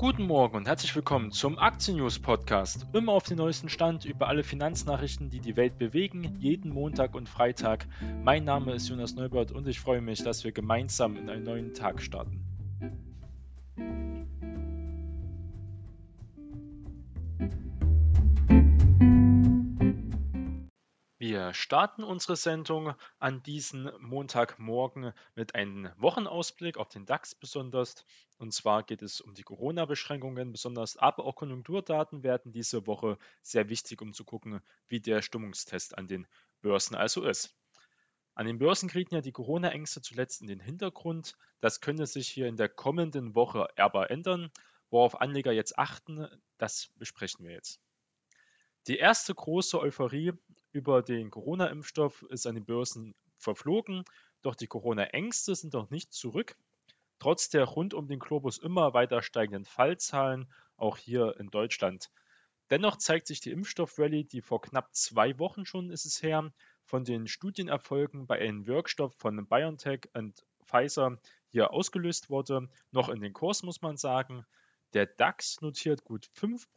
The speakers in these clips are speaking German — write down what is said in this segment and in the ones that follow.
Guten Morgen und herzlich willkommen zum Aktien-News Podcast. Immer auf den neuesten Stand über alle Finanznachrichten, die die Welt bewegen, jeden Montag und Freitag. Mein Name ist Jonas Neubert und ich freue mich, dass wir gemeinsam in einen neuen Tag starten. Wir starten unsere Sendung an diesem Montagmorgen mit einem Wochenausblick auf den DAX besonders. Und zwar geht es um die Corona-Beschränkungen besonders, aber auch Konjunkturdaten werden diese Woche sehr wichtig, um zu gucken, wie der Stimmungstest an den Börsen also ist. An den Börsen gerieten ja die Corona-Ängste zuletzt in den Hintergrund. Das könnte sich hier in der kommenden Woche aber ändern. Worauf Anleger jetzt achten, das besprechen wir jetzt. Die erste große Euphorie über den Corona-Impfstoff ist an den Börsen verflogen, doch die Corona-Ängste sind noch nicht zurück. Trotz der rund um den Globus immer weiter steigenden Fallzahlen, auch hier in Deutschland. Dennoch zeigt sich die Impfstoff-Rallye, die vor knapp 2 Wochen schon ist es her, von den Studienerfolgen bei einem Wirkstoff von BioNTech und Pfizer hier ausgelöst wurde, noch in den Kurs, muss man sagen. Der DAX notiert gut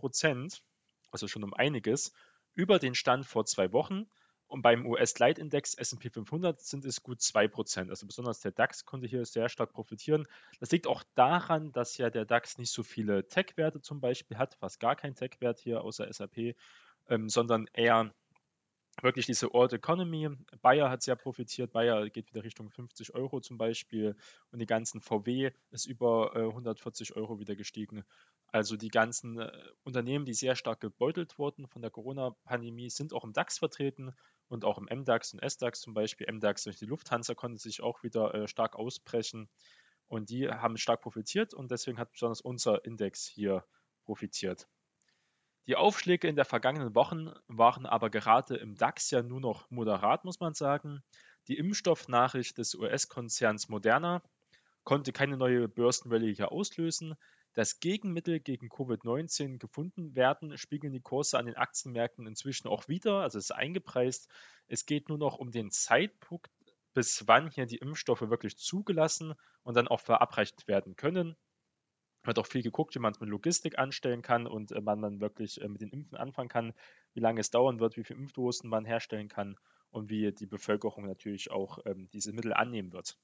5%, also schon um einiges, über den Stand vor 2 Wochen. Und beim US-Leitindex S&P 500 sind es gut 2%. Also besonders der DAX konnte hier sehr stark profitieren. Das liegt auch daran, dass ja der DAX nicht so viele Tech-Werte zum Beispiel hat, fast gar kein Tech-Wert hier außer SAP, sondern eher wirklich diese Old Economy. Bayer hat sehr profitiert. Bayer geht wieder Richtung 50 Euro zum Beispiel. Und die ganzen VW ist über 140 Euro wieder gestiegen. Also die ganzen Unternehmen, die sehr stark gebeutelt wurden von der Corona-Pandemie, sind auch im DAX vertreten und auch im MDAX und SDAX zum Beispiel. MDAX durch die Lufthansa konnte sich auch wieder stark ausbrechen. Und die haben stark profitiert und deswegen hat besonders unser Index hier profitiert. Die Aufschläge in der vergangenen Wochen waren aber gerade im DAX ja nur noch moderat, muss man sagen. Die Impfstoffnachricht des US-Konzerns Moderna konnte keine neue Börsenrallye hier auslösen. Das Gegenmittel gegen Covid-19 gefunden werden, spiegeln die Kurse an den Aktienmärkten inzwischen auch wieder, also es ist eingepreist. Es geht nur noch um den Zeitpunkt, bis wann hier die Impfstoffe wirklich zugelassen und dann auch verabreicht werden können. Wird auch viel geguckt, wie man es mit Logistik anstellen kann und man dann wirklich mit den Impfen anfangen kann, wie lange es dauern wird, wie viele Impfdosen man herstellen kann und wie die Bevölkerung natürlich auch diese Mittel annehmen wird.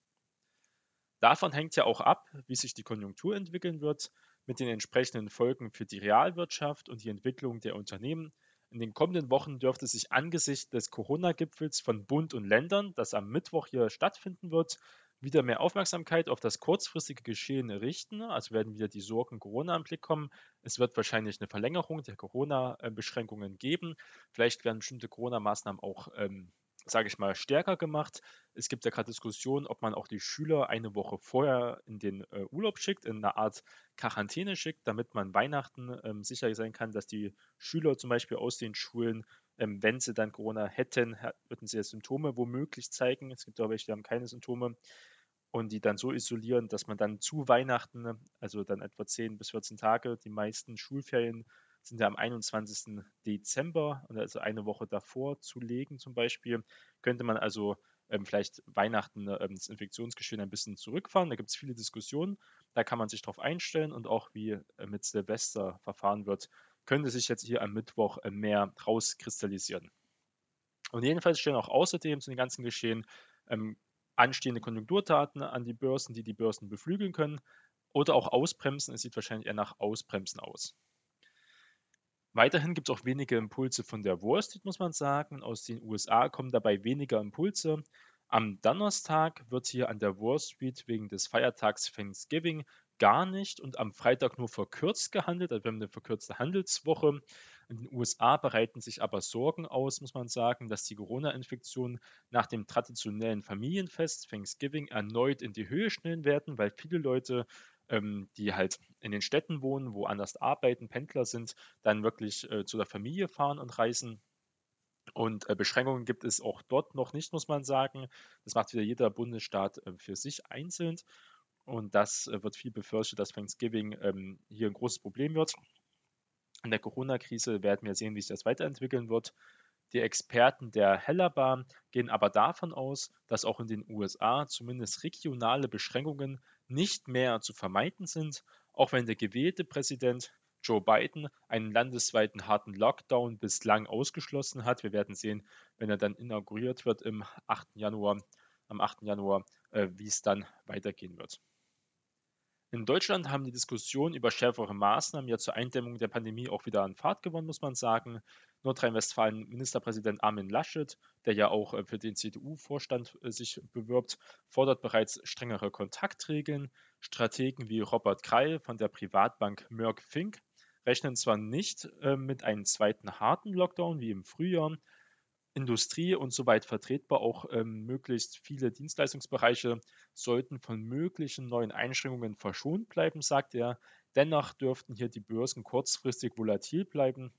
Davon hängt ja auch ab, wie sich die Konjunktur entwickeln wird, mit den entsprechenden Folgen für die Realwirtschaft und die Entwicklung der Unternehmen. In den kommenden Wochen dürfte sich angesichts des Corona-Gipfels von Bund und Ländern, das am Mittwoch hier stattfinden wird, wieder mehr Aufmerksamkeit auf das kurzfristige Geschehen richten. Also werden wieder die Sorgen Corona im Blick kommen. Es wird wahrscheinlich eine Verlängerung der Corona-Beschränkungen geben. Vielleicht werden bestimmte Corona-Maßnahmen auch sage ich mal, stärker gemacht. Es gibt ja gerade Diskussionen, ob man auch die Schüler eine Woche vorher in den Urlaub schickt, in eine Art Quarantäne schickt, damit man Weihnachten sicher sein kann, dass die Schüler zum Beispiel aus den Schulen, wenn sie dann Corona hätten, würden sie ja Symptome womöglich zeigen. Es gibt auch welche, die haben keine Symptome und die dann so isolieren, dass man dann zu Weihnachten, also dann etwa 10 bis 14 Tage, die meisten Schulferien sind ja am 21. Dezember, also eine Woche davor zu legen zum Beispiel, könnte man also vielleicht Weihnachten das Infektionsgeschehen ein bisschen zurückfahren. Da gibt es viele Diskussionen, da kann man sich darauf einstellen und auch wie mit Silvester verfahren wird, könnte sich jetzt hier am Mittwoch mehr rauskristallisieren. Und jedenfalls stehen auch außerdem zu den ganzen Geschehen anstehende Konjunkturdaten an die Börsen, die die Börsen beflügeln können oder auch ausbremsen. Es sieht wahrscheinlich eher nach Ausbremsen aus. Weiterhin gibt es auch wenige Impulse von der Wall Street, muss man sagen. Aus den USA kommen dabei weniger Impulse. Am Donnerstag wird hier an der Wall Street wegen des Feiertags Thanksgiving gar nicht und am Freitag nur verkürzt gehandelt. Also wir haben eine verkürzte Handelswoche. In den USA bereiten sich aber Sorgen aus, muss man sagen, dass die Corona-Infektionen nach dem traditionellen Familienfest Thanksgiving erneut in die Höhe schnellen werden, weil viele Leute, die halt in den Städten wohnen, woanders arbeiten, Pendler sind, dann wirklich zu der Familie fahren und reisen. Und Beschränkungen gibt es auch dort noch nicht, muss man sagen. Das macht wieder jeder Bundesstaat für sich einzeln. Und das wird viel befürchtet, dass Thanksgiving hier ein großes Problem wird. In der Corona-Krise werden wir sehen, wie sich das weiterentwickeln wird. Die Experten der Hellerbahn gehen aber davon aus, dass auch in den USA zumindest regionale Beschränkungen nicht mehr zu vermeiden sind. auch wenn der gewählte Präsident Joe Biden einen landesweiten harten Lockdown bislang ausgeschlossen hat. Wir werden sehen, wenn er dann inauguriert wird am 8. Januar, wie es dann weitergehen wird. In Deutschland haben die Diskussionen über schärfere Maßnahmen ja zur Eindämmung der Pandemie auch wieder an Fahrt gewonnen, muss man sagen. Nordrhein-Westfalen Ministerpräsident Armin Laschet, der ja auch für den CDU-Vorstand sich bewirbt, fordert bereits strengere Kontaktregeln. Strategen wie Robert Kreil von der Privatbank Merck Fink rechnen zwar nicht mit einem zweiten harten Lockdown wie im Frühjahr, Industrie und soweit vertretbar auch möglichst viele Dienstleistungsbereiche sollten von möglichen neuen Einschränkungen verschont bleiben, sagt er. Dennoch dürften hier die Börsen kurzfristig volatil bleiben.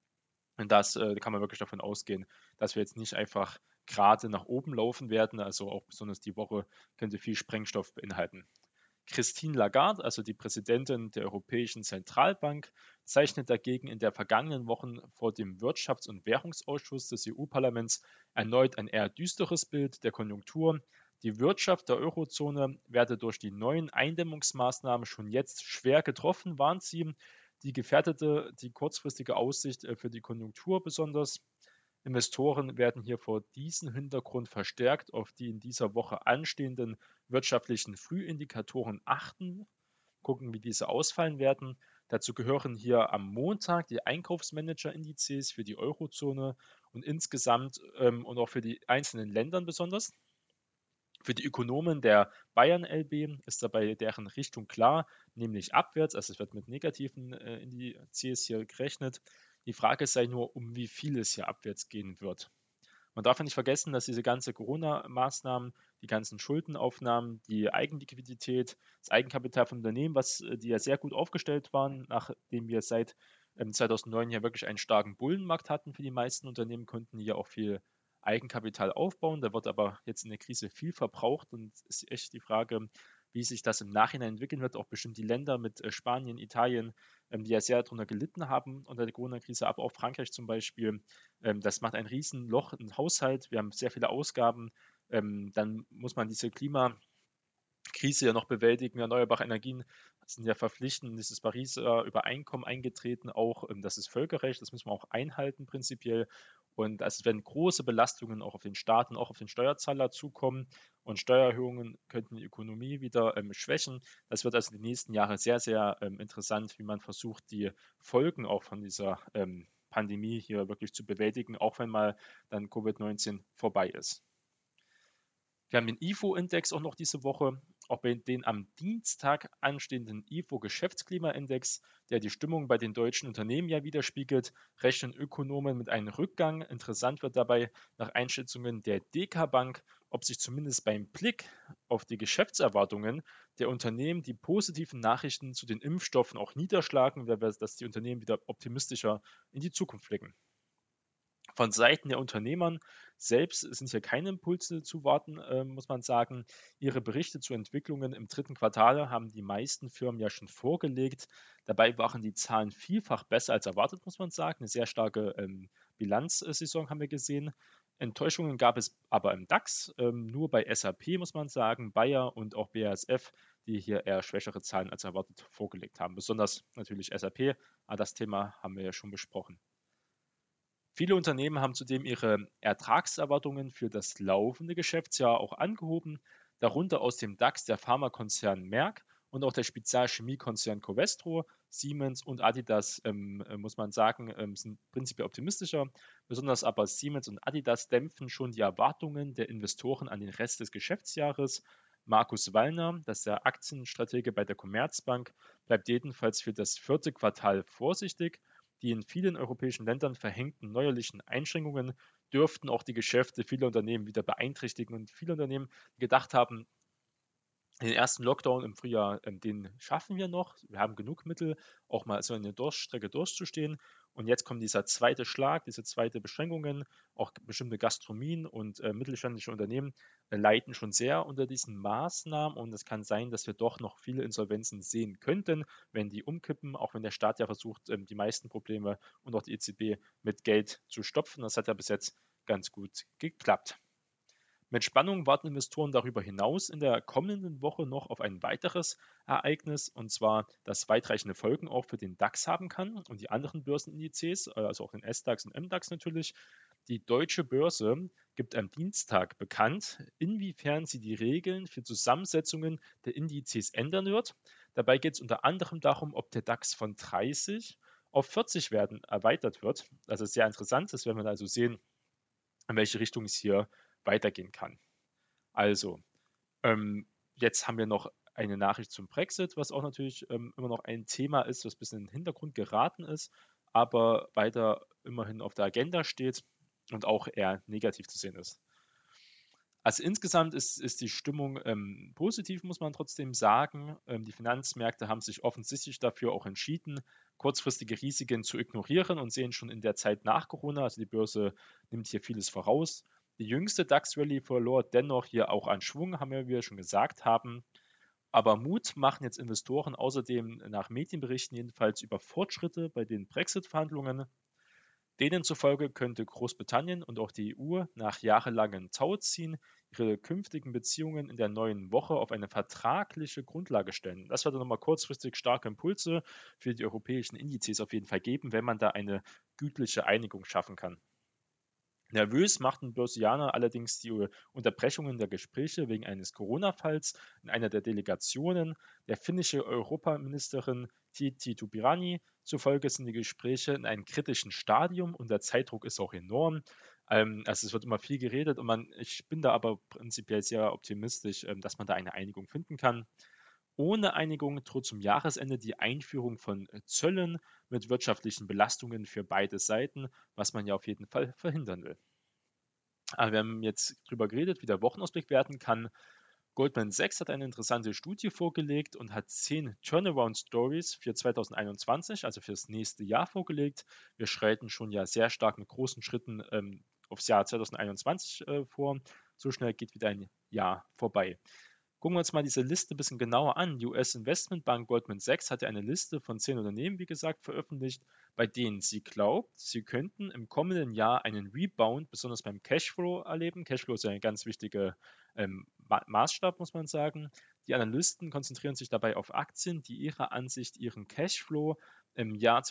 Und das kann man wirklich davon ausgehen, dass wir jetzt nicht einfach gerade nach oben laufen werden. Also auch besonders die Woche könnte viel Sprengstoff beinhalten. Christine Lagarde, also die Präsidentin der Europäischen Zentralbank, zeichnet dagegen in der vergangenen Woche vor dem Wirtschafts- und Währungsausschuss des EU-Parlaments erneut ein eher düsteres Bild der Konjunktur. Die Wirtschaft der Eurozone werde durch die neuen Eindämmungsmaßnahmen schon jetzt schwer getroffen, warnt sie. Die gefährdete die kurzfristige Aussicht für die Konjunktur besonders. Investoren werden hier vor diesem Hintergrund verstärkt auf die in dieser Woche anstehenden wirtschaftlichen Frühindikatoren achten, gucken, wie diese ausfallen werden. Dazu gehören hier am Montag die Einkaufsmanager-Indizes für die Eurozone und insgesamt und auch für die einzelnen Ländern besonders. Für die Ökonomen der Bayern LB ist dabei deren Richtung klar, nämlich abwärts. Also es wird mit negativen Indizes hier gerechnet. Die Frage sei nur, um wie viel es hier abwärts gehen wird. Man darf ja nicht vergessen, dass diese ganze Corona-Maßnahmen, die ganzen Schuldenaufnahmen, die Eigenliquidität, das Eigenkapital von Unternehmen, die ja sehr gut aufgestellt waren, nachdem wir seit 2009 ja wirklich einen starken Bullenmarkt hatten für die meisten Unternehmen, konnten die ja auch viel Eigenkapital aufbauen. Da wird aber jetzt in der Krise viel verbraucht und es ist echt die Frage, wie sich das im Nachhinein entwickeln wird. Auch bestimmt die Länder mit Spanien, Italien, die ja sehr darunter gelitten haben unter der Corona-Krise, aber auch Frankreich zum Beispiel. Das macht ein Riesenloch im Haushalt. Wir haben sehr viele Ausgaben. Dann muss man diese Krise ja noch bewältigen. Erneuerbare Energien sind ja verpflichtend in dieses Pariser Übereinkommen eingetreten, auch das ist Völkerrecht, das müssen wir auch einhalten prinzipiell. Und es werden große Belastungen auch auf den Staat und auch auf den Steuerzahler zukommen. Und Steuererhöhungen könnten die Ökonomie wieder schwächen. Das wird also die nächsten Jahre sehr, sehr interessant, wie man versucht, die Folgen auch von dieser Pandemie hier wirklich zu bewältigen, auch wenn mal dann Covid-19 vorbei ist. Wir haben den IFO-Index auch noch diese Woche, auch bei den am Dienstag anstehenden IFO-Geschäftsklimaindex, der die Stimmung bei den deutschen Unternehmen ja widerspiegelt, rechnen Ökonomen mit einem Rückgang. Interessant wird dabei nach Einschätzungen der DK Bank, ob sich zumindest beim Blick auf die Geschäftserwartungen der Unternehmen die positiven Nachrichten zu den Impfstoffen auch niederschlagen, dass die Unternehmen wieder optimistischer in die Zukunft blicken. Von Seiten der Unternehmern selbst sind hier keine Impulse zu warten, muss man sagen. Ihre Berichte zu Entwicklungen im dritten Quartal haben die meisten Firmen ja schon vorgelegt. Dabei waren die Zahlen vielfach besser als erwartet, muss man sagen. Eine sehr starke Bilanzsaison haben wir gesehen. Enttäuschungen gab es aber im DAX, nur bei SAP, muss man sagen, Bayer und auch BASF, die hier eher schwächere Zahlen als erwartet vorgelegt haben. Besonders natürlich SAP, aber das Thema haben wir ja schon besprochen. Viele Unternehmen haben zudem ihre Ertragserwartungen für das laufende Geschäftsjahr auch angehoben, darunter aus dem DAX der Pharmakonzern Merck und auch der Spezialchemiekonzern Covestro, Siemens und Adidas, muss man sagen, sind prinzipiell optimistischer. Besonders aber Siemens und Adidas dämpfen schon die Erwartungen der Investoren an den Rest des Geschäftsjahres. Markus Wallner, das ist der Aktienstratege bei der Commerzbank, bleibt jedenfalls für das vierte Quartal vorsichtig. Die in vielen europäischen Ländern verhängten neuerlichen Einschränkungen dürften auch die Geschäfte vieler Unternehmen wieder beeinträchtigen. Und viele Unternehmen, die gedacht haben, den ersten Lockdown im Frühjahr, den schaffen wir noch. Wir haben genug Mittel, auch mal so eine Durststrecke durchzustehen. Und jetzt kommt dieser zweite Schlag, diese zweite Beschränkungen. Auch bestimmte Gastronomien und mittelständische Unternehmen leiden schon sehr unter diesen Maßnahmen. Und es kann sein, dass wir doch noch viele Insolvenzen sehen könnten, wenn die umkippen, auch wenn der Staat ja versucht, die meisten Probleme und auch die EZB mit Geld zu stopfen. Das hat ja bis jetzt ganz gut geklappt. Mit Spannung warten Investoren darüber hinaus in der kommenden Woche noch auf ein weiteres Ereignis, und zwar, das weitreichende Folgen auch für den DAX haben kann und die anderen Börsenindizes, also auch den SDAX und MDAX natürlich. Die Deutsche Börse gibt am Dienstag bekannt, inwiefern sie die Regeln für Zusammensetzungen der Indizes ändern wird. Dabei geht es unter anderem darum, ob der DAX von 30 auf 40 werden erweitert wird. Das ist sehr interessant. Das werden wir also sehen, in welche Richtung es hier weitergehen kann. Also, ähm, jetzt haben wir noch eine Nachricht zum Brexit, was auch natürlich immer noch ein Thema ist, was ein bisschen in den Hintergrund geraten ist, aber weiter immerhin auf der Agenda steht und auch eher negativ zu sehen ist. Also insgesamt ist die Stimmung positiv, muss man trotzdem sagen. Die Finanzmärkte haben sich offensichtlich dafür auch entschieden, kurzfristige Risiken zu ignorieren und sehen schon in der Zeit nach Corona, also die Börse nimmt hier vieles voraus. Die jüngste DAX-Rallye verlor dennoch hier auch an Schwung, haben wir, wie wir schon gesagt haben. Aber Mut machen jetzt Investoren außerdem nach Medienberichten jedenfalls über Fortschritte bei den Brexit-Verhandlungen. Denen zufolge könnte Großbritannien und auch die EU nach jahrelangen Tauziehen ihre künftigen Beziehungen in der neuen Woche auf eine vertragliche Grundlage stellen. Das würde nochmal kurzfristig starke Impulse für die europäischen Indizes auf jeden Fall geben, wenn man da eine gütliche Einigung schaffen kann. Nervös machten Börsianer allerdings die Unterbrechungen der Gespräche wegen eines Corona-Falls in einer der Delegationen. Der finnische Europaministerin Tytti Tuppurainen zufolge sind die Gespräche in einem kritischen Stadium und der Zeitdruck ist auch enorm. Also es wird immer viel geredet und ich bin da aber prinzipiell sehr optimistisch, dass man da eine Einigung finden kann. Ohne Einigung droht zum Jahresende die Einführung von Zöllen mit wirtschaftlichen Belastungen für beide Seiten, was man ja auf jeden Fall verhindern will. Aber wir haben jetzt drüber geredet, wie der Wochenausblick werden kann. Goldman Sachs hat eine interessante Studie vorgelegt und hat 10 Turnaround-Stories für 2021, also fürs nächste Jahr vorgelegt. Wir schreiten schon ja sehr stark mit großen Schritten aufs Jahr 2021 vor. So schnell geht wieder ein Jahr vorbei. Gucken wir uns mal diese Liste ein bisschen genauer an. Die US-Investmentbank Goldman Sachs hat ja eine Liste von 10 Unternehmen, wie gesagt, veröffentlicht, bei denen sie glaubt, sie könnten im kommenden Jahr einen Rebound, besonders beim Cashflow, erleben. Cashflow ist ja ein ganz wichtiger Maßstab, muss man sagen. Die Analysten konzentrieren sich dabei auf Aktien, die ihrer Ansicht ihren Cashflow im Jahr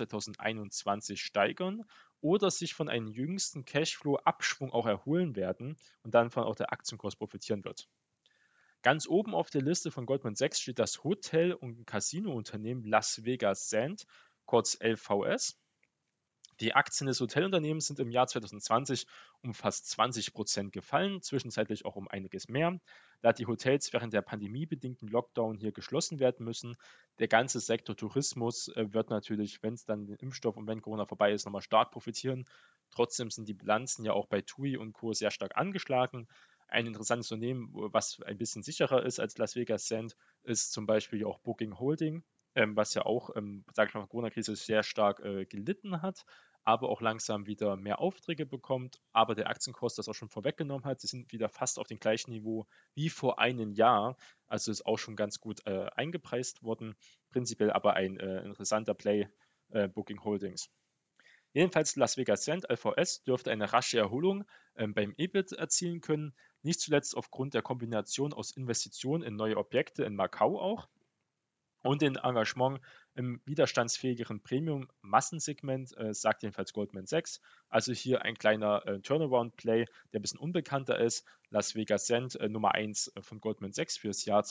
2021 steigern oder sich von einem jüngsten Cashflow-Abschwung auch erholen werden und dann von auch der Aktienkurs profitieren wird. Ganz oben auf der Liste von Goldman Sachs steht das Hotel- und Casino-Unternehmen Las Vegas Sands, kurz LVS. Die Aktien des Hotelunternehmens sind im Jahr 2020 um fast 20% gefallen, zwischenzeitlich auch um einiges mehr. Da die Hotels während der pandemiebedingten Lockdown hier geschlossen werden müssen, der ganze Sektor Tourismus wird natürlich, wenn es dann den Impfstoff und wenn Corona vorbei ist, nochmal stark profitieren. Trotzdem sind die Bilanzen ja auch bei TUI und Co. sehr stark angeschlagen. Ein interessantes Unternehmen, was ein bisschen sicherer ist als Las Vegas Sands, ist zum Beispiel auch Booking Holding, was ja auch, sage ich mal, Corona-Krise sehr stark gelitten hat, aber auch langsam wieder mehr Aufträge bekommt, aber der Aktienkurs das auch schon vorweggenommen hat. Sie sind wieder fast auf dem gleichen Niveau wie vor einem Jahr, also ist auch schon ganz gut eingepreist worden. Prinzipiell aber ein interessanter Play, Booking Holdings. Jedenfalls Las Vegas Sands, LVS, dürfte eine rasche Erholung beim EBIT erzielen können, nicht zuletzt aufgrund der Kombination aus Investitionen in neue Objekte in Macau auch und den Engagement im widerstandsfähigeren Premium-Massensegment, sagt jedenfalls Goldman Sachs. Also hier ein kleiner Turnaround-Play, der ein bisschen unbekannter ist. Las Vegas Sands Nummer 1 von Goldman Sachs für das Jahr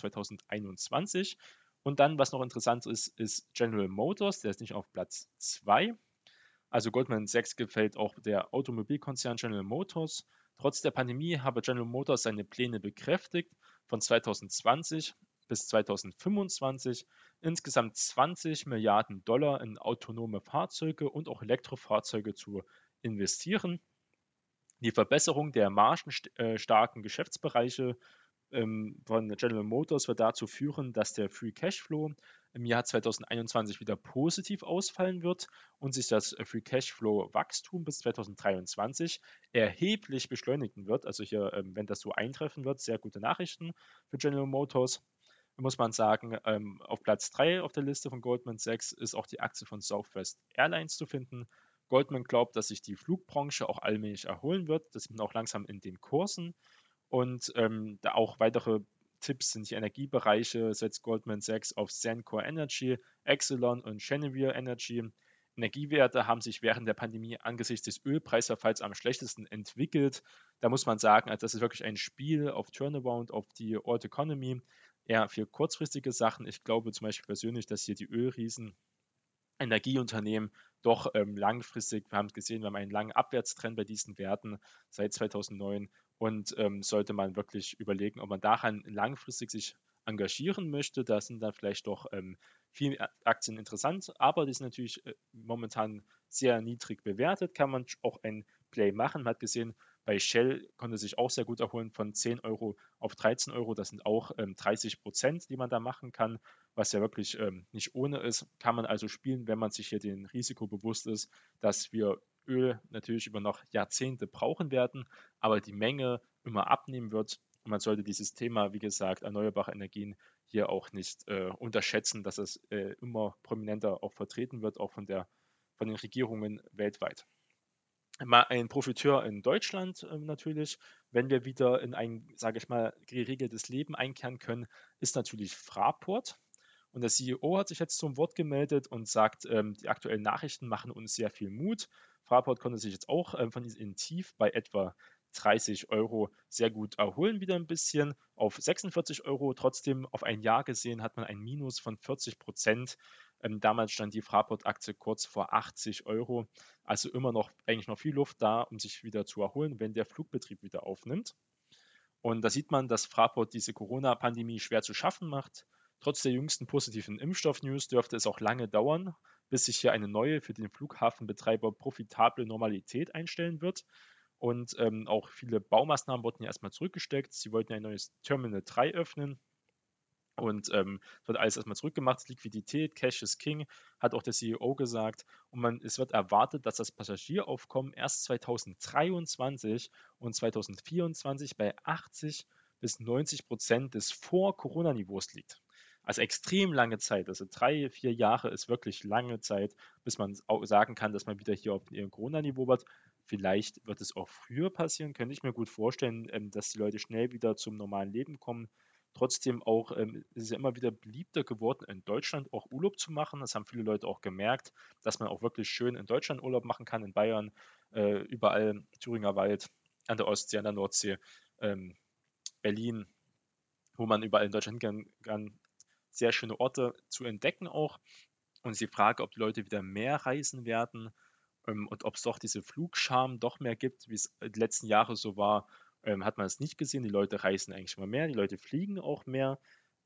2021. Und dann, was noch interessant ist, ist General Motors, der ist nicht auf Platz 2. Also Goldman Sachs gefällt auch der Automobilkonzern General Motors. Trotz der Pandemie habe General Motors seine Pläne bekräftigt, von 2020 bis 2025 insgesamt 20 Milliarden Dollar in autonome Fahrzeuge und auch Elektrofahrzeuge zu investieren. Die Verbesserung der margenstarken Geschäftsbereiche von General Motors wird dazu führen, dass der Free Cashflow im Jahr 2021 wieder positiv ausfallen wird und sich das Free Cashflow Wachstum bis 2023 erheblich beschleunigen wird. Also hier, wenn das so eintreffen wird, sehr gute Nachrichten für General Motors. Muss man sagen, auf Platz 3 auf der Liste von Goldman Sachs ist auch die Aktie von Southwest Airlines zu finden. Goldman glaubt, dass sich die Flugbranche auch allmählich erholen wird. Das sieht man auch langsam in den Kursen. Und da auch weitere Tipps sind die Energiebereiche, setzt Goldman Sachs auf Sencor Energy, Exelon und Cheniere Energy. Energiewerte haben sich während der Pandemie angesichts des Ölpreisverfalls am schlechtesten entwickelt. Da muss man sagen, also das ist wirklich ein Spiel auf Turnaround, auf die Old Economy, eher für kurzfristige Sachen. Ich glaube zum Beispiel persönlich, dass hier die Ölriesen Energieunternehmen doch langfristig, wir haben es gesehen, wir haben einen langen Abwärtstrend bei diesen Werten seit 2009 und sollte man wirklich überlegen, ob man daran langfristig sich engagieren möchte. Da sind dann vielleicht doch viele Aktien interessant, aber die sind natürlich momentan sehr niedrig bewertet. Kann man auch ein Play machen. Man hat gesehen, bei Shell konnte sich auch sehr gut erholen von 10 Euro auf 13 Euro. Das sind auch 30%, die man da machen kann, was ja wirklich nicht ohne ist. Kann man also spielen, wenn man sich hier den Risiko bewusst ist, dass wir Öl natürlich über noch Jahrzehnte brauchen werden, aber die Menge immer abnehmen wird. Und man sollte dieses Thema, wie gesagt, erneuerbare Energien hier auch nicht unterschätzen, dass es immer prominenter auch vertreten wird, auch von den Regierungen weltweit. Mal ein Profiteur in Deutschland natürlich, wenn wir wieder in ein, sage ich mal, geregeltes Leben einkehren können, ist natürlich Fraport. Und der CEO hat sich jetzt zum Wort gemeldet und sagt, die aktuellen Nachrichten machen uns sehr viel Mut. Fraport konnte sich jetzt auch von diesem Tief bei etwa 30 Euro sehr gut erholen, wieder ein bisschen auf 46 Euro. Trotzdem auf ein Jahr gesehen hat man ein Minus von 40%. Damals stand die Fraport-Aktie kurz vor 80 Euro. Also immer noch eigentlich noch viel Luft da, um sich wieder zu erholen, wenn der Flugbetrieb wieder aufnimmt. Und da sieht man, dass Fraport diese Corona-Pandemie schwer zu schaffen macht. Trotz der jüngsten positiven Impfstoff-News dürfte es auch lange dauern, bis sich hier eine neue, für den Flughafenbetreiber profitable Normalität einstellen wird. Und auch viele Baumaßnahmen wurden ja erstmal zurückgesteckt. Sie wollten ein neues Terminal 3 öffnen. Und wird alles erstmal zurückgemacht. Liquidität, Cash is King, hat auch der CEO gesagt. Und es wird erwartet, dass das Passagieraufkommen erst 2023 und 2024 bei 80 bis 90% des Vor-Corona-Niveaus liegt. Also extrem lange Zeit. Also 3, 4 Jahre ist wirklich lange Zeit, bis man auch sagen kann, dass man wieder hier auf dem Corona-Niveau wird. Vielleicht wird es auch früher passieren, könnte ich mir gut vorstellen, dass die Leute schnell wieder zum normalen Leben kommen. Trotzdem auch ist es ja immer wieder beliebter geworden, in Deutschland auch Urlaub zu machen. Das haben viele Leute auch gemerkt, dass man auch wirklich schön in Deutschland Urlaub machen kann, in Bayern, überall Thüringer Wald, an der Ostsee, an der Nordsee, ähm, Berlin, wo man überall in Deutschland hingehen kann. Sehr schöne Orte zu entdecken auch. Und ist die Frage, ob die Leute wieder mehr reisen werden und ob es doch diese Flugscham doch mehr gibt, wie es die letzten Jahre so war, hat man es nicht gesehen. Die Leute reisen eigentlich immer mehr, die Leute fliegen auch mehr.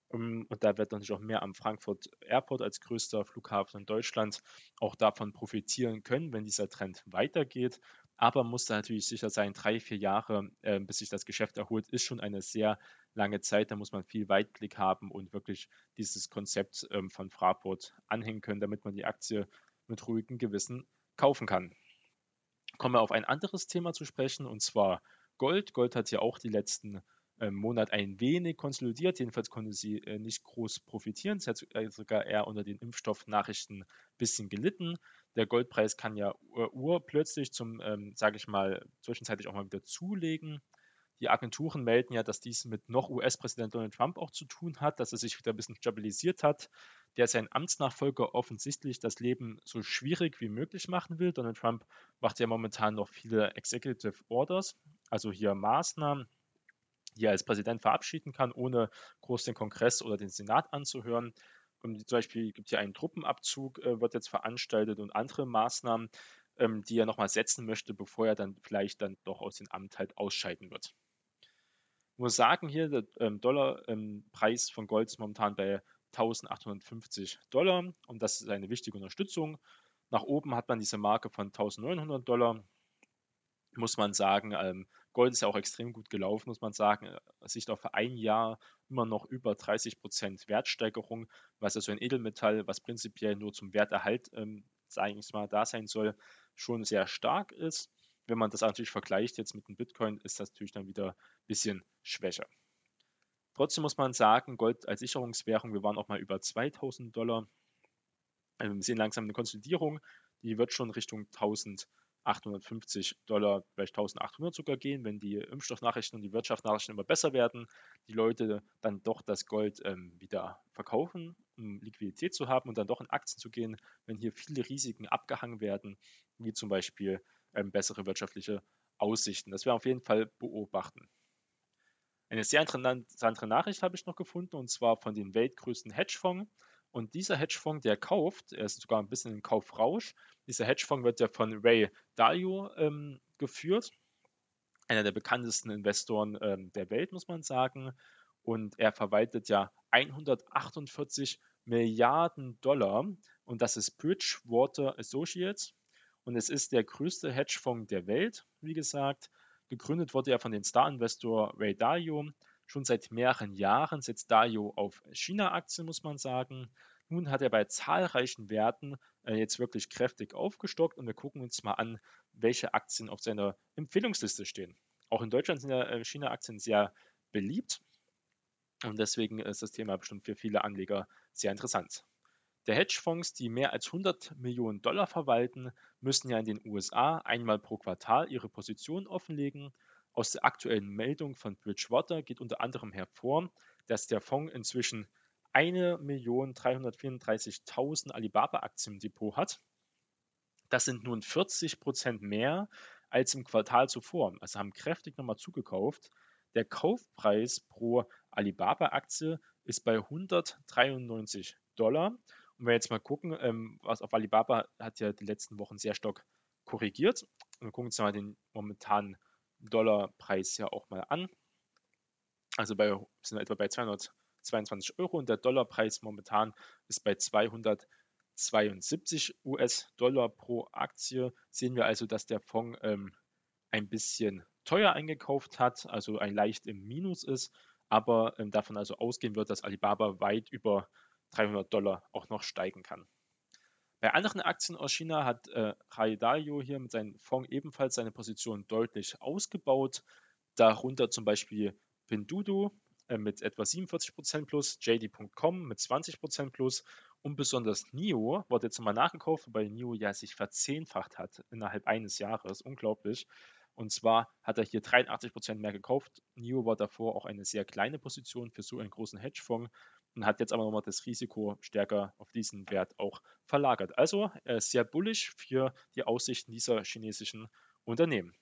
Und da wird natürlich auch mehr am Frankfurt Airport als größter Flughafen in Deutschland auch davon profitieren können, wenn dieser Trend weitergeht. Aber man muss da natürlich sicher sein, 3, 4 Jahre, bis sich das Geschäft erholt, ist schon eine sehr lange Zeit. Da muss man viel Weitblick haben und wirklich dieses Konzept von Fraport anhängen können, damit man die Aktie mit ruhigem Gewissen kaufen kann. Kommen wir auf ein anderes Thema zu sprechen, und zwar Gold. Gold hat ja auch die letzten Monate ein wenig konsolidiert. Jedenfalls konnte sie nicht groß profitieren. Sie hat sogar eher unter den Impfstoffnachrichten ein bisschen gelitten. Der Goldpreis kann ja urplötzlich zum, sage ich mal, zwischenzeitlich auch mal wieder zulegen. Die Agenturen melden ja, dass dies mit noch US-Präsident Donald Trump auch zu tun hat, dass er sich wieder ein bisschen stabilisiert hat, der sein Amtsnachfolger offensichtlich das Leben so schwierig wie möglich machen will. Donald Trump macht ja momentan noch viele Executive Orders, also hier Maßnahmen, die er als Präsident verabschieden kann, ohne groß den Kongress oder den Senat anzuhören. Zum Beispiel gibt es ja einen Truppenabzug, wird jetzt veranstaltet, und andere Maßnahmen, die er nochmal setzen möchte, bevor er dann vielleicht dann doch aus dem Amt halt ausscheiden wird. Ich muss sagen, hier der Dollarpreis von Gold ist momentan bei 1850 $ und das ist eine wichtige Unterstützung. Nach oben hat man diese Marke von 1900 $, muss man sagen. Gold ist ja auch extrem gut gelaufen, muss man sagen. Sicht auf ein Jahr immer noch über 30% Wertsteigerung, was ja so ein Edelmetall, was prinzipiell nur zum Werterhalt, sage ich mal, da sein soll, schon sehr stark ist. Wenn man das natürlich vergleicht jetzt mit dem Bitcoin, ist das natürlich dann wieder ein bisschen schwächer. Trotzdem muss man sagen, Gold als Sicherungswährung, wir waren auch mal über 2000 $. Wir sehen langsam eine Konsolidierung, die wird schon Richtung 1000 $850, vielleicht 1.800 sogar gehen, wenn die Impfstoffnachrichten und die Wirtschaftsnachrichten immer besser werden, die Leute dann doch das Gold wieder verkaufen, um Liquidität zu haben und dann doch in Aktien zu gehen, wenn hier viele Risiken abgehangen werden, wie zum Beispiel bessere wirtschaftliche Aussichten. Das werden wir auf jeden Fall beobachten. Eine sehr interessante Nachricht habe ich noch gefunden, und zwar von den weltgrößten Hedgefonds. Und dieser Hedgefonds, der kauft, er ist sogar ein bisschen im Kaufrausch. Dieser Hedgefonds wird ja von Ray Dalio geführt, einer der bekanntesten Investoren der Welt, muss man sagen. Und er verwaltet ja 148 Milliarden Dollar. Und das ist Bridgewater Associates. Und es ist der größte Hedgefonds der Welt, wie gesagt. Gegründet wurde er von dem Star-Investor Ray Dalio. Schon seit mehreren Jahren setzt Dalio auf China-Aktien, muss man sagen. Nun hat er bei zahlreichen Werten jetzt wirklich kräftig aufgestockt, und wir gucken uns mal an, welche Aktien auf seiner Empfehlungsliste stehen. Auch in Deutschland sind ja China-Aktien sehr beliebt, und deswegen ist das Thema bestimmt für viele Anleger sehr interessant. Der Hedgefonds, die mehr als 100 Millionen Dollar verwalten, müssen ja in den USA einmal pro Quartal ihre Position offenlegen. Aus der aktuellen Meldung von Bridgewater geht unter anderem hervor, dass der Fonds inzwischen 1.334.000 Alibaba-Aktien im Depot hat. Das sind nun 40% mehr als im Quartal zuvor. Also haben kräftig nochmal zugekauft. Der Kaufpreis pro Alibaba-Aktie ist bei 193 Dollar. Und wenn wir jetzt mal gucken, was auf Alibaba hat ja die letzten Wochen sehr stark korrigiert. Und wir gucken uns mal den momentanen Dollarpreis ja auch mal an. Also sind wir etwa bei 222 Euro, und der Dollarpreis momentan ist bei 272 US-Dollar pro Aktie. Sehen wir also, dass der Fonds ein bisschen teuer eingekauft hat, also ein leicht im Minus ist, aber davon also ausgehen wird, dass Alibaba weit über 300 Dollar auch noch steigen kann. Bei anderen Aktien aus China hat Rai Dalio hier mit seinem Fonds ebenfalls seine Position deutlich ausgebaut, darunter zum Beispiel Pinduoduo mit etwa 47% plus, JD.com mit 20% plus, und besonders NIO wurde jetzt mal nachgekauft, wobei NIO ja sich verzehnfacht hat innerhalb eines Jahres. Unglaublich. Und zwar hat er hier 83% mehr gekauft. NIO war davor auch eine sehr kleine Position für so einen großen Hedgefonds und hat jetzt aber nochmal das Risiko stärker auf diesen Wert auch verlagert. Also sehr bullish für die Aussichten dieser chinesischen Unternehmen.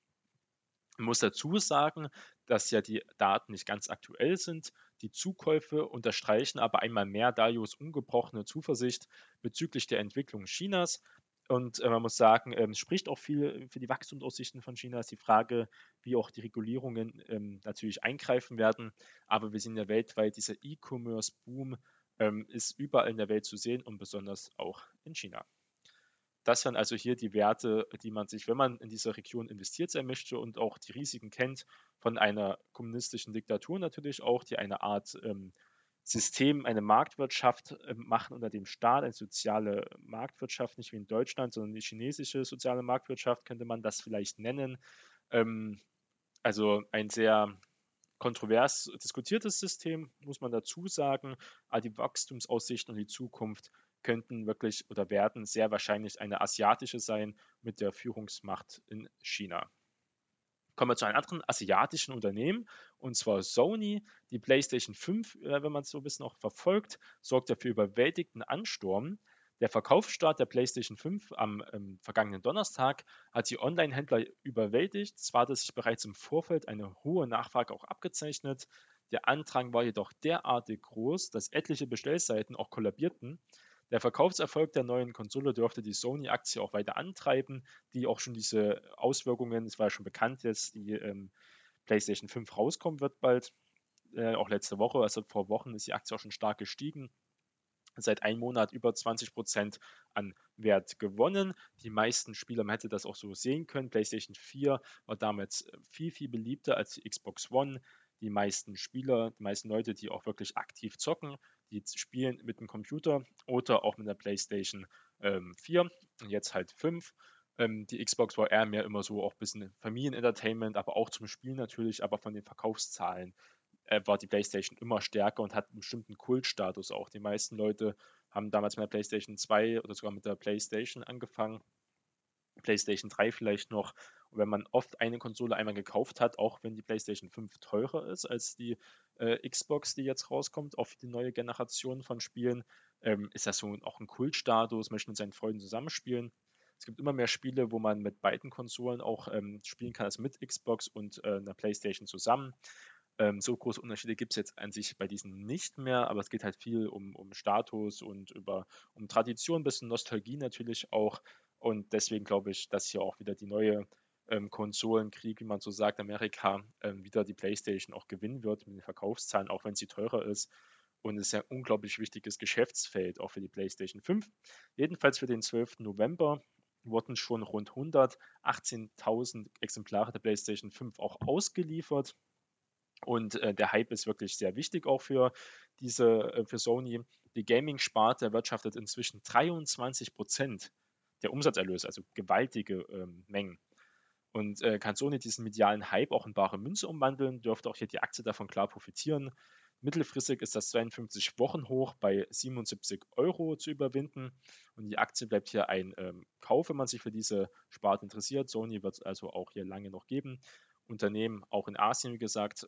Man muss dazu sagen, dass ja die Daten nicht ganz aktuell sind. Die Zukäufe unterstreichen aber einmal mehr Dalios ungebrochene Zuversicht bezüglich der Entwicklung Chinas. Und man muss sagen, es spricht auch viel für die Wachstumsaussichten von China. Es ist die Frage, wie auch die Regulierungen natürlich eingreifen werden. Aber wir sehen ja weltweit, dieser E-Commerce-Boom ist überall in der Welt zu sehen, und besonders auch in China. Das wären also hier die Werte, die man sich, wenn man in dieser Region investiert sein möchte und auch die Risiken kennt, von einer kommunistischen Diktatur natürlich auch, die eine Art System, eine Marktwirtschaft machen unter dem Staat, eine soziale Marktwirtschaft, nicht wie in Deutschland, sondern die chinesische soziale Marktwirtschaft könnte man das vielleicht nennen. Ähm, also ein sehr kontrovers diskutiertes System, muss man dazu sagen, aber die Wachstumsaussichten und die Zukunft könnten wirklich oder werden sehr wahrscheinlich eine asiatische sein mit der Führungsmacht in China. Kommen wir zu einem anderen asiatischen Unternehmen, und zwar Sony. Die PlayStation 5, wenn man es so ein bisschen auch verfolgt, sorgt dafür überwältigten Ansturm. Der Verkaufsstart der PlayStation 5 am vergangenen Donnerstag hat die Online-Händler überwältigt. Zwar hatte sich bereits im Vorfeld eine hohe Nachfrage auch abgezeichnet. Der Andrang war jedoch derartig groß, dass etliche Bestellseiten auch kollabierten. Der Verkaufserfolg der neuen Konsole dürfte die Sony-Aktie auch weiter antreiben, die auch schon diese Auswirkungen, es war ja schon bekannt, jetzt die PlayStation 5 rauskommen wird bald, auch letzte Woche, also vor Wochen ist die Aktie auch schon stark gestiegen. Seit einem Monat über 20% an Wert gewonnen. Die meisten Spieler, man hätte das auch so sehen können, PlayStation 4 war damals viel, viel beliebter als die Xbox One. Die meisten Spieler, die meisten Leute, die auch wirklich aktiv zocken, die spielen mit dem Computer oder auch mit der PlayStation 4 und jetzt halt 5. Die Xbox war eher mehr immer so auch ein bisschen Familienentertainment, aber auch zum Spielen natürlich, aber von den Verkaufszahlen war die PlayStation immer stärker und hat einen bestimmten Kultstatus auch. Die meisten Leute haben damals mit der PlayStation 2 oder sogar mit der PlayStation angefangen. PlayStation 3 vielleicht noch. Und wenn man oft eine Konsole einmal gekauft hat, auch wenn die PlayStation 5 teurer ist als die Xbox, die jetzt rauskommt, auch für die neue Generation von Spielen, ist das so auch ein Kultstatus, möchte mit seinen Freunden zusammenspielen. Es gibt immer mehr Spiele, wo man mit beiden Konsolen auch spielen kann, also mit Xbox und einer PlayStation zusammen. So große Unterschiede gibt es jetzt an sich bei diesen nicht mehr, aber es geht halt viel um Status und um Tradition, ein bisschen Nostalgie natürlich auch. Und deswegen glaube ich, dass hier auch wieder die neue Konsolenkrieg, wie man so sagt, Amerika, wieder die PlayStation auch gewinnen wird mit den Verkaufszahlen, auch wenn sie teurer ist. Und es ist ja ein unglaublich wichtiges Geschäftsfeld auch für die PlayStation 5. Jedenfalls für den 12. November wurden schon rund 118.000 Exemplare der PlayStation 5 auch ausgeliefert. Und der Hype ist wirklich sehr wichtig auch für Sony. Die Gaming-Sparte erwirtschaftet inzwischen 23% der Umsatzerlöse, also gewaltige Mengen. Und kann Sony diesen medialen Hype auch in bare Münze umwandeln, dürfte auch hier die Aktie davon klar profitieren. Mittelfristig ist das 52-Wochen-Hoch bei 77 Euro zu überwinden. Und die Aktie bleibt hier ein Kauf, wenn man sich für diese Sparte interessiert. Sony wird es also auch hier lange noch geben. Unternehmen auch in Asien, wie gesagt,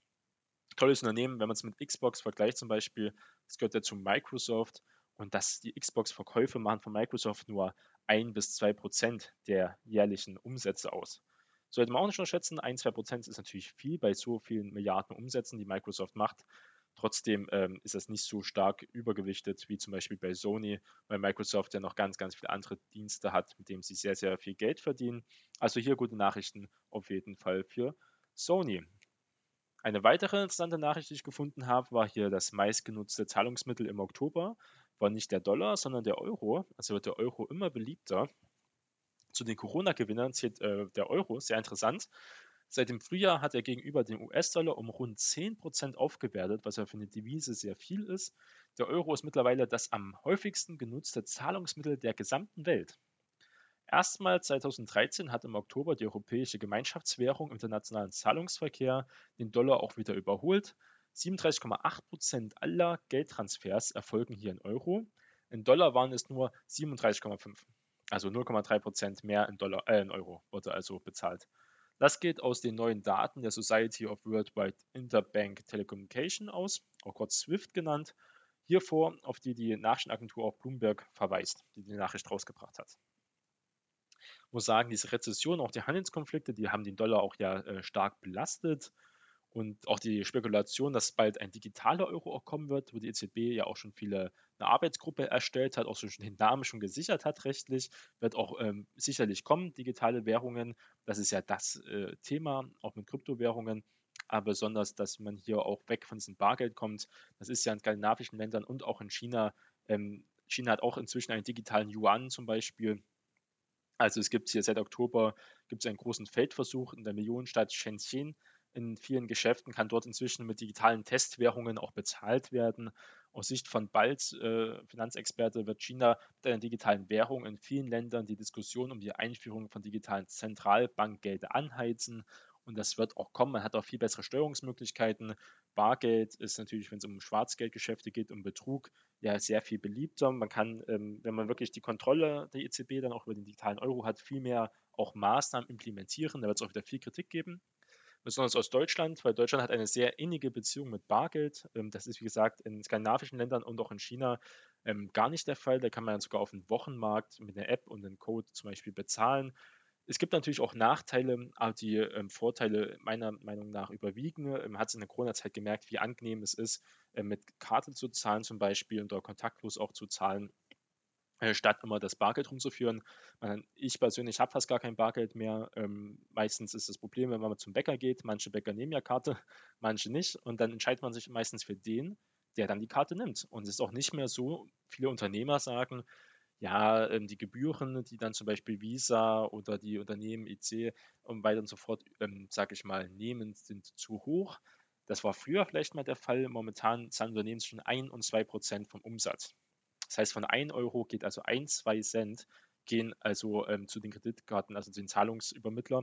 tolles Unternehmen, wenn man es mit Xbox vergleicht zum Beispiel, das gehört ja zu Microsoft und dass die Xbox-Verkäufe machen von Microsoft nur 1 bis 2% der jährlichen Umsätze aus. Sollte man auch nicht unterschätzen, 1, 2% ist natürlich viel bei so vielen Milliarden Umsätzen, die Microsoft macht. Trotzdem ist das nicht so stark übergewichtet wie zum Beispiel bei Sony, weil Microsoft ja noch ganz, ganz viele andere Dienste hat, mit denen sie sehr, sehr viel Geld verdienen. Also hier gute Nachrichten auf jeden Fall für Sony. Eine weitere interessante Nachricht, die ich gefunden habe, war hier das meistgenutzte Zahlungsmittel im Oktober. War nicht der Dollar, sondern der Euro. Also wird der Euro immer beliebter. Zu den Corona-Gewinnern zählt der Euro, sehr interessant. Seit dem Frühjahr hat er gegenüber dem US-Dollar um rund 10% aufgewertet, was ja für eine Devise sehr viel ist. Der Euro ist mittlerweile das am häufigsten genutzte Zahlungsmittel der gesamten Welt. Erstmals 2013 hat im Oktober die europäische Gemeinschaftswährung im internationalen Zahlungsverkehr den Dollar auch wieder überholt. 37,8% aller Geldtransfers erfolgen hier in Euro. In Dollar waren es nur 37,5. Also 0,3% mehr in Euro wurde also bezahlt. Das geht aus den neuen Daten der Society of Worldwide Interbank Telecommunication aus, auch kurz SWIFT genannt. Hiervor, auf die Nachrichtenagentur auch Bloomberg verweist, die Nachricht rausgebracht hat. Muss sagen, diese Rezession, auch die Handelskonflikte, die haben den Dollar auch ja stark belastet. Und auch die Spekulation, dass bald ein digitaler Euro auch kommen wird, wo die EZB ja auch schon eine Arbeitsgruppe erstellt hat, auch schon den Namen schon gesichert hat rechtlich, wird auch sicherlich kommen, digitale Währungen. Das ist ja das Thema, auch mit Kryptowährungen. Aber besonders, dass man hier auch weg von diesem Bargeld kommt. Das ist ja in skandinavischen Ländern und auch in China. China hat auch inzwischen einen digitalen Yuan zum Beispiel. Also es gibt hier seit Oktober gibt es einen großen Feldversuch in der Millionenstadt Shenzhen. In vielen Geschäften kann dort inzwischen mit digitalen Testwährungen auch bezahlt werden. Aus Sicht von Balz, Finanzexperte, wird China mit einer digitalen Währung in vielen Ländern die Diskussion um die Einführung von digitalen Zentralbankgeld anheizen. Und das wird auch kommen. Man hat auch viel bessere Steuerungsmöglichkeiten. Bargeld ist natürlich, wenn es um Schwarzgeldgeschäfte geht, um Betrug, ja sehr viel beliebter. Man kann, wenn man wirklich die Kontrolle der EZB dann auch über den digitalen Euro hat, viel mehr auch Maßnahmen implementieren. Da wird es auch wieder viel Kritik geben, besonders aus Deutschland, weil Deutschland hat eine sehr innige Beziehung mit Bargeld. Das ist, wie gesagt, in skandinavischen Ländern und auch in China gar nicht der Fall. Da kann man sogar auf dem Wochenmarkt mit einer App und einem Code zum Beispiel bezahlen. Es gibt natürlich auch Nachteile, aber die Vorteile meiner Meinung nach überwiegen. Man hat es in der Corona-Zeit gemerkt, wie angenehm es ist, mit Karte zu zahlen zum Beispiel und da kontaktlos auch zu zahlen, statt immer das Bargeld rumzuführen. Ich persönlich habe fast gar kein Bargeld mehr. Meistens ist das Problem, wenn man zum Bäcker geht, manche Bäcker nehmen ja Karte, manche nicht. Und dann entscheidet man sich meistens für den, der dann die Karte nimmt. Und es ist auch nicht mehr so, viele Unternehmer sagen, ja, die Gebühren, die dann zum Beispiel Visa oder die Unternehmen EC und weiter und so fort, sage ich mal, nehmen, sind zu hoch. Das war früher vielleicht mal der Fall. Momentan zahlen Unternehmen zwischen 1 und 2% vom Umsatz. Das heißt, von 1 Euro geht also 1, 2 Cent gehen also zu den Kreditkarten, also zu den Zahlungsübermittler.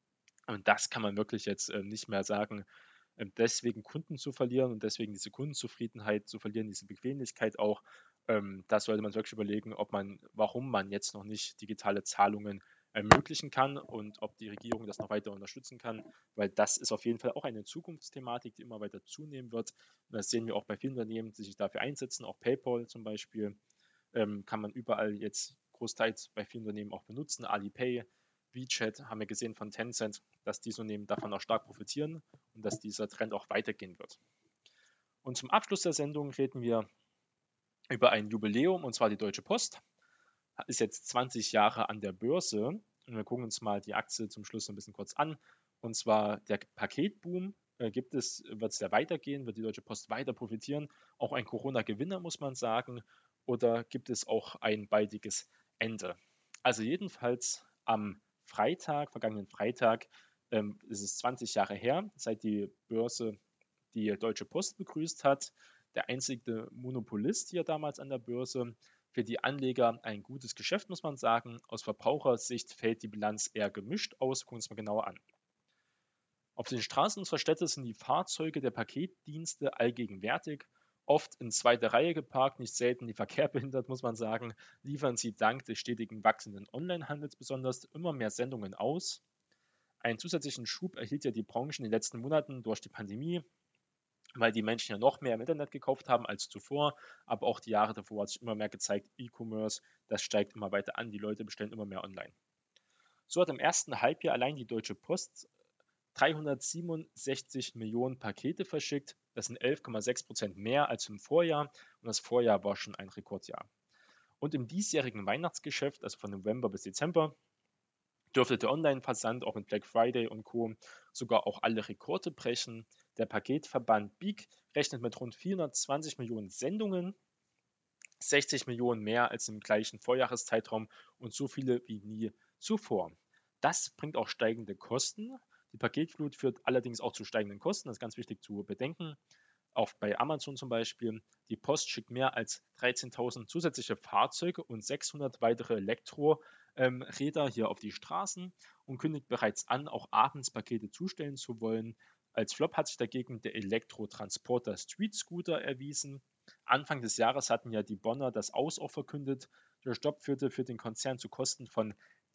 Und das kann man wirklich jetzt nicht mehr sagen, deswegen Kunden zu verlieren und deswegen diese Kundenzufriedenheit zu verlieren, diese Bequemlichkeit auch. Da sollte man wirklich überlegen, warum man jetzt noch nicht digitale Zahlungen ermöglichen kann und ob die Regierung das noch weiter unterstützen kann, weil das ist auf jeden Fall auch eine Zukunftsthematik, die immer weiter zunehmen wird. Und das sehen wir auch bei vielen Unternehmen, die sich dafür einsetzen, auch PayPal zum Beispiel kann man überall jetzt großteils bei vielen Unternehmen auch benutzen. Alipay, WeChat haben wir gesehen von Tencent, dass diese Unternehmen davon auch stark profitieren und dass dieser Trend auch weitergehen wird. Und zum Abschluss der Sendung reden wir über ein Jubiläum, und zwar die Deutsche Post. Ist jetzt 20 Jahre an der Börse. Und wir gucken uns mal die Aktie zum Schluss ein bisschen kurz an. Und zwar der Paketboom wird es ja weitergehen, wird die Deutsche Post weiter profitieren? Auch ein Corona-Gewinner, muss man sagen. Oder gibt es auch ein baldiges Ende? Also jedenfalls am Freitag, vergangenen Freitag, ist es 20 Jahre her, seit die Börse die Deutsche Post begrüßt hat. Der einzige Monopolist hier damals an der Börse. Für die Anleger ein gutes Geschäft, muss man sagen. Aus Verbrauchersicht fällt die Bilanz eher gemischt aus. Gucken wir uns mal genauer an. Auf den Straßen unserer Städte sind die Fahrzeuge der Paketdienste allgegenwärtig. Oft in zweiter Reihe geparkt, nicht selten die Verkehr behindert, muss man sagen, liefern sie dank des stetigen wachsenden Onlinehandels besonders immer mehr Sendungen aus. Einen zusätzlichen Schub erhielt ja die Branche in den letzten Monaten durch die Pandemie, weil die Menschen ja noch mehr im Internet gekauft haben als zuvor. Aber auch die Jahre davor hat sich immer mehr gezeigt, E-Commerce, das steigt immer weiter an, die Leute bestellen immer mehr online. So hat im ersten Halbjahr allein die Deutsche Post 367 Millionen Pakete verschickt. Das sind 11,6% mehr als im Vorjahr und das Vorjahr war schon ein Rekordjahr. Und im diesjährigen Weihnachtsgeschäft, also von November bis Dezember, dürfte der Online-Versand auch mit Black Friday und Co. sogar auch alle Rekorde brechen. Der Paketverband BIG rechnet mit rund 420 Millionen Sendungen, 60 Millionen mehr als im gleichen Vorjahreszeitraum und so viele wie nie zuvor. Das bringt auch steigende Kosten. Die Paketflut führt allerdings auch zu steigenden Kosten, das ist ganz wichtig zu bedenken. Auch bei Amazon zum Beispiel. Die Post schickt mehr als 13.000 zusätzliche Fahrzeuge und 600 weitere Elektroräder hier auf die Straßen und kündigt bereits an, auch abends Pakete zustellen zu wollen. Als Flop hat sich dagegen der Elektrotransporter Street Scooter erwiesen. Anfang des Jahres hatten ja die Bonner das Aus auch verkündet. Der Stopp führte für den Konzern zu Kosten von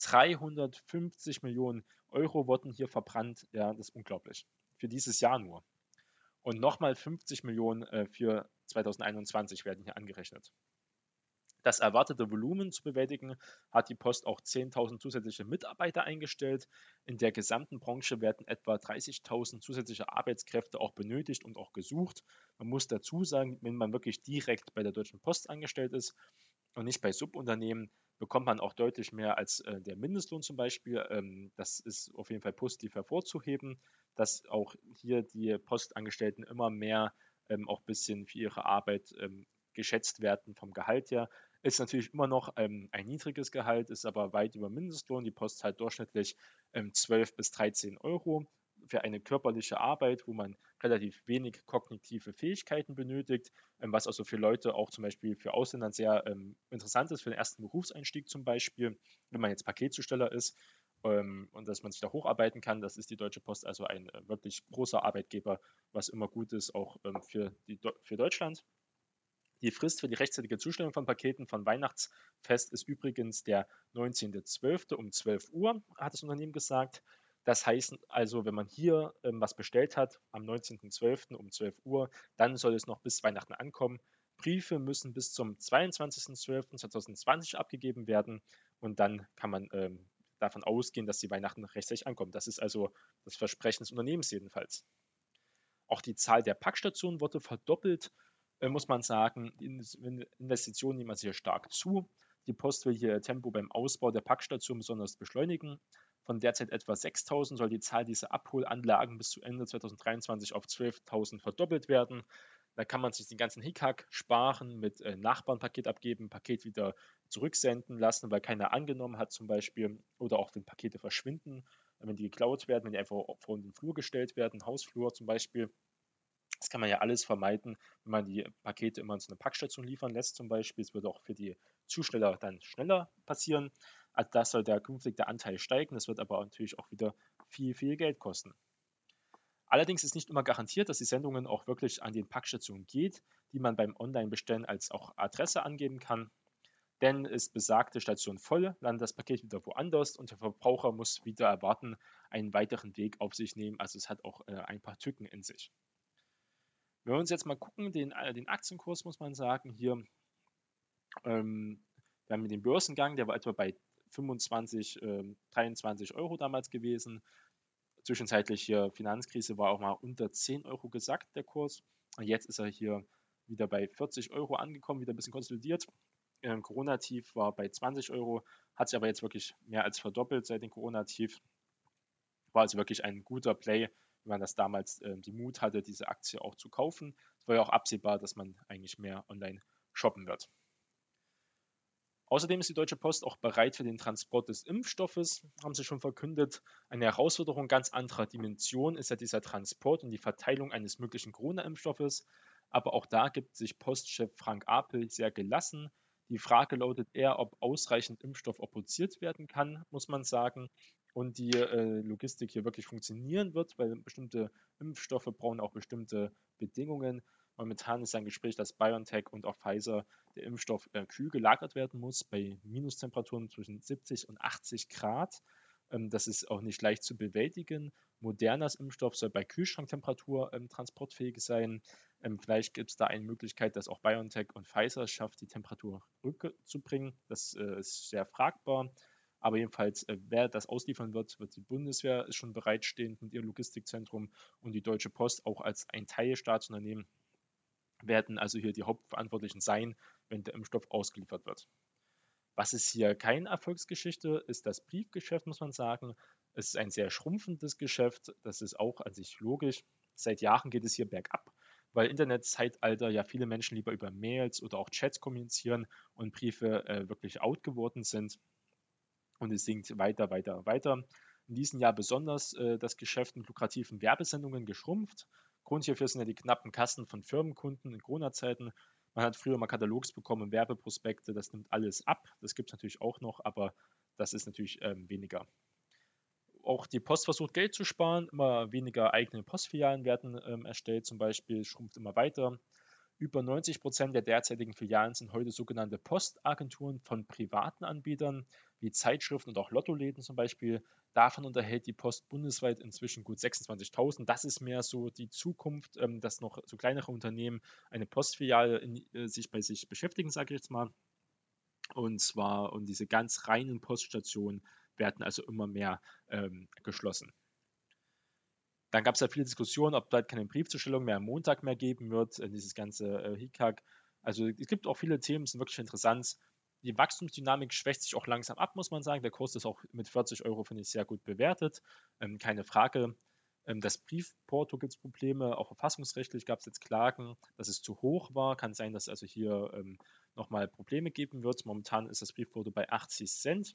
350 Millionen Euro wurden hier verbrannt. Ja, das ist unglaublich. Für dieses Jahr nur. Und nochmal 50 Millionen für 2021 werden hier angerechnet. Das erwartete Volumen zu bewältigen, hat die Post auch 10.000 zusätzliche Mitarbeiter eingestellt. In der gesamten Branche werden etwa 30.000 zusätzliche Arbeitskräfte auch benötigt und auch gesucht. Man muss dazu sagen, wenn man wirklich direkt bei der Deutschen Post angestellt ist und nicht bei Subunternehmen, bekommt man auch deutlich mehr als der Mindestlohn zum Beispiel. Das ist auf jeden Fall positiv hervorzuheben, dass auch hier die Postangestellten immer mehr auch ein bisschen für ihre Arbeit geschätzt werden vom Gehalt her. Ist natürlich immer noch ein niedriges Gehalt, ist aber weit über Mindestlohn. Die Post zahlt durchschnittlich 12 bis 13 Euro für eine körperliche Arbeit, wo man relativ wenig kognitive Fähigkeiten benötigt, was also für Leute, auch zum Beispiel für Ausländer, sehr interessant ist, für den ersten Berufseinstieg zum Beispiel, wenn man jetzt Paketzusteller ist und dass man sich da hocharbeiten kann. Das ist die Deutsche Post also ein wirklich großer Arbeitgeber, was immer gut ist, auch für Deutschland. Die Frist für die rechtzeitige Zustellung von Paketen von Weihnachtsfest ist übrigens der 19.12. um 12 Uhr, hat das Unternehmen gesagt. Das heißt also, wenn man hier was bestellt hat am 19.12. um 12 Uhr, dann soll es noch bis Weihnachten ankommen. Briefe müssen bis zum 22.12.2020 abgegeben werden und dann kann man davon ausgehen, dass die Weihnachten rechtzeitig ankommen. Das ist also das Versprechen des Unternehmens jedenfalls. Auch die Zahl der Packstationen wurde verdoppelt, muss man sagen. Die Investitionen nehmen also hier stark zu. Die Post will hier ihr Tempo beim Ausbau der Packstation besonders beschleunigen. Von derzeit etwa 6.000 soll die Zahl dieser Abholanlagen bis zu Ende 2023 auf 12.000 verdoppelt werden. Da kann man sich den ganzen Hickhack sparen, mit Nachbarn Paket abgeben, Paket wieder zurücksenden lassen, weil keiner angenommen hat zum Beispiel. Oder auch wenn Pakete verschwinden, wenn die geklaut werden, wenn die einfach vor den Flur gestellt werden, Hausflur zum Beispiel. Das kann man ja alles vermeiden, wenn man die Pakete immer zu einer Packstation liefern lässt zum Beispiel. Es würde auch für die Zusteller dann schneller passieren. Also das soll der künftige Anteil steigen. Das wird aber natürlich auch wieder viel, viel Geld kosten. Allerdings ist nicht immer garantiert, dass die Sendungen auch wirklich an den Packstationen geht, die man beim Online-Bestellen als auch Adresse angeben kann. denn ist besagte Station voll, landet das Paket wieder woanders und der Verbraucher muss wieder erwarten, einen weiteren Weg auf sich nehmen. Also es hat auch ein paar Tücken in sich. Wenn wir uns jetzt mal gucken, den Aktienkurs muss man sagen, hier, wir haben den Börsengang, der war etwa bei 25, 23 Euro damals gewesen. Zwischenzeitlich hier Finanzkrise war auch mal unter 10 Euro gesackt, der Kurs. Und jetzt ist er hier wieder bei 40 Euro angekommen, wieder ein bisschen konsolidiert. Corona-Tief war bei 20 Euro, hat sich aber jetzt wirklich mehr als verdoppelt seit dem Corona-Tief. War also wirklich ein guter Play, wenn man das damals die Mut hatte, diese Aktie auch zu kaufen. Es war ja auch absehbar, dass man eigentlich mehr online shoppen wird. Außerdem ist die Deutsche Post auch bereit für den Transport des Impfstoffes, haben sie schon verkündet. Eine Herausforderung ganz anderer Dimension ist ja dieser Transport und die Verteilung eines möglichen Corona-Impfstoffes. Aber auch da gibt sich Postchef Frank Apel sehr gelassen. Die Frage lautet eher, ob ausreichend Impfstoff produziert werden kann, muss man sagen, und die Logistik hier wirklich funktionieren wird, weil bestimmte Impfstoffe brauchen auch bestimmte Bedingungen. Momentan ist ein Gespräch, dass BioNTech und auch Pfizer der Impfstoff kühl gelagert werden muss, bei Minustemperaturen zwischen 70 und 80 Grad. Das ist auch nicht leicht zu bewältigen. Modernas Impfstoff soll bei Kühlschranktemperatur transportfähig sein. Vielleicht gibt es da eine Möglichkeit, dass auch BioNTech und Pfizer es schafft, die Temperatur rückzubringen. Das ist sehr fragbar. Aber jedenfalls, wer das ausliefern wird, wird die Bundeswehr ist schon bereitstehend mit ihrem Logistikzentrum und die Deutsche Post auch als ein Teilstaatsunternehmen werden also hier die Hauptverantwortlichen sein, wenn der Impfstoff ausgeliefert wird. Was ist hier keine Erfolgsgeschichte, ist das Briefgeschäft, muss man sagen. Es ist ein sehr schrumpfendes Geschäft, das ist auch an sich logisch. Seit Jahren geht es hier bergab, weil Internetzeitalter ja viele Menschen lieber über Mails oder auch Chats kommunizieren und Briefe wirklich out geworden sind. Und es sinkt weiter, weiter, weiter. In diesem Jahr besonders das Geschäft mit lukrativen Werbesendungen geschrumpft. Grund hierfür sind ja die knappen Kassen von Firmenkunden in Corona-Zeiten. Man hat früher mal Katalogs bekommen, Werbeprospekte, das nimmt alles ab. Das gibt es natürlich auch noch, aber das ist natürlich weniger. Auch die Post versucht Geld zu sparen, immer weniger eigene Postfilialen werden erstellt, zum Beispiel schrumpft immer weiter. Über 90% der derzeitigen Filialen sind heute sogenannte Postagenturen von privaten Anbietern, wie Zeitschriften und auch Lottoläden zum Beispiel. Davon unterhält die Post bundesweit inzwischen gut 26.000. Das ist mehr so die Zukunft, dass noch so kleinere Unternehmen eine Postfiliale sich bei sich beschäftigen, sage ich jetzt mal. Und diese ganz reinen Poststationen werden also immer mehr geschlossen. Dann gab es ja viele Diskussionen, ob bald keine Briefzustellung mehr am Montag mehr geben wird, dieses ganze Hickhack. Also es gibt auch viele Themen, sind wirklich interessant. Die Wachstumsdynamik schwächt sich auch langsam ab, muss man sagen. Der Kurs ist auch mit 40 Euro, finde ich, sehr gut bewertet. Keine Frage. Das Briefporto gibt es Probleme, auch verfassungsrechtlich gab es jetzt Klagen, dass es zu hoch war. Kann sein, dass es also hier nochmal Probleme geben wird. Momentan ist das Briefporto bei 80 Cent.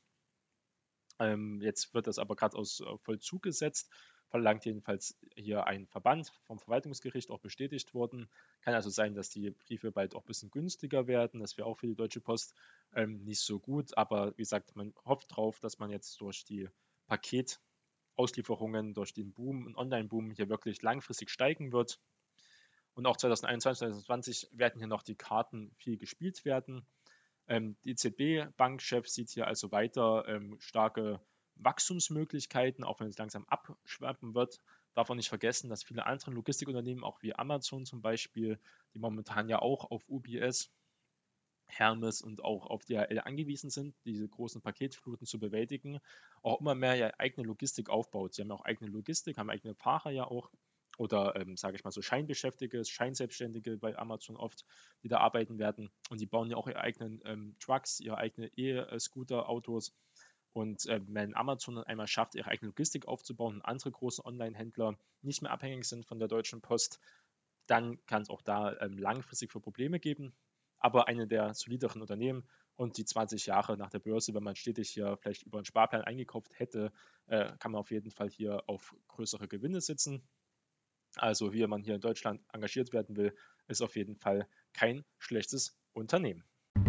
Jetzt wird das aber gerade aus Vollzug gesetzt, verlangt jedenfalls hier ein Verband vom Verwaltungsgericht auch bestätigt worden. Kann also sein, dass die Briefe bald auch ein bisschen günstiger werden. Das wäre auch für die Deutsche Post nicht so gut. Aber wie gesagt, man hofft drauf, dass man jetzt durch die Paketauslieferungen, durch den Boom und Online-Boom hier wirklich langfristig steigen wird. Und auch 2021, 2020 werden hier noch die Karten viel gespielt werden. Die EZB-Bankchef sieht hier also weiter starke Wachstumsmöglichkeiten, auch wenn es langsam abschwappen wird. Darf auch nicht vergessen, dass viele andere Logistikunternehmen, auch wie Amazon zum Beispiel, die momentan ja auch auf UPS, Hermes und auch auf DHL angewiesen sind, diese großen Paketfluten zu bewältigen, auch immer mehr ja eigene Logistik aufbaut. Sie haben ja auch eigene Logistik, haben eigene Fahrer ja auch oder sage ich mal so Scheinbeschäftigte, Scheinselbstständige bei Amazon oft, die da arbeiten werden. Und die bauen ja auch ihre eigenen Trucks, ihre eigenen E-Scooter, Autos. Und wenn Amazon dann einmal schafft, ihre eigene Logistik aufzubauen und andere große Online-Händler nicht mehr abhängig sind von der Deutschen Post, dann kann es auch da langfristig für Probleme geben. Aber eine der solideren Unternehmen und die 20 Jahre nach der Börse, wenn man stetig hier vielleicht über einen Sparplan eingekauft hätte, kann man auf jeden Fall hier auf größere Gewinne sitzen. Also wie man hier in Deutschland engagiert werden will, ist auf jeden Fall kein schlechtes Unternehmen.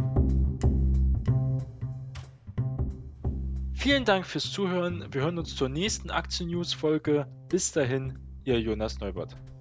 Vielen Dank fürs Zuhören. Wir hören uns zur nächsten Aktien-News-Folge. Bis dahin, Ihr Jonas Neubert.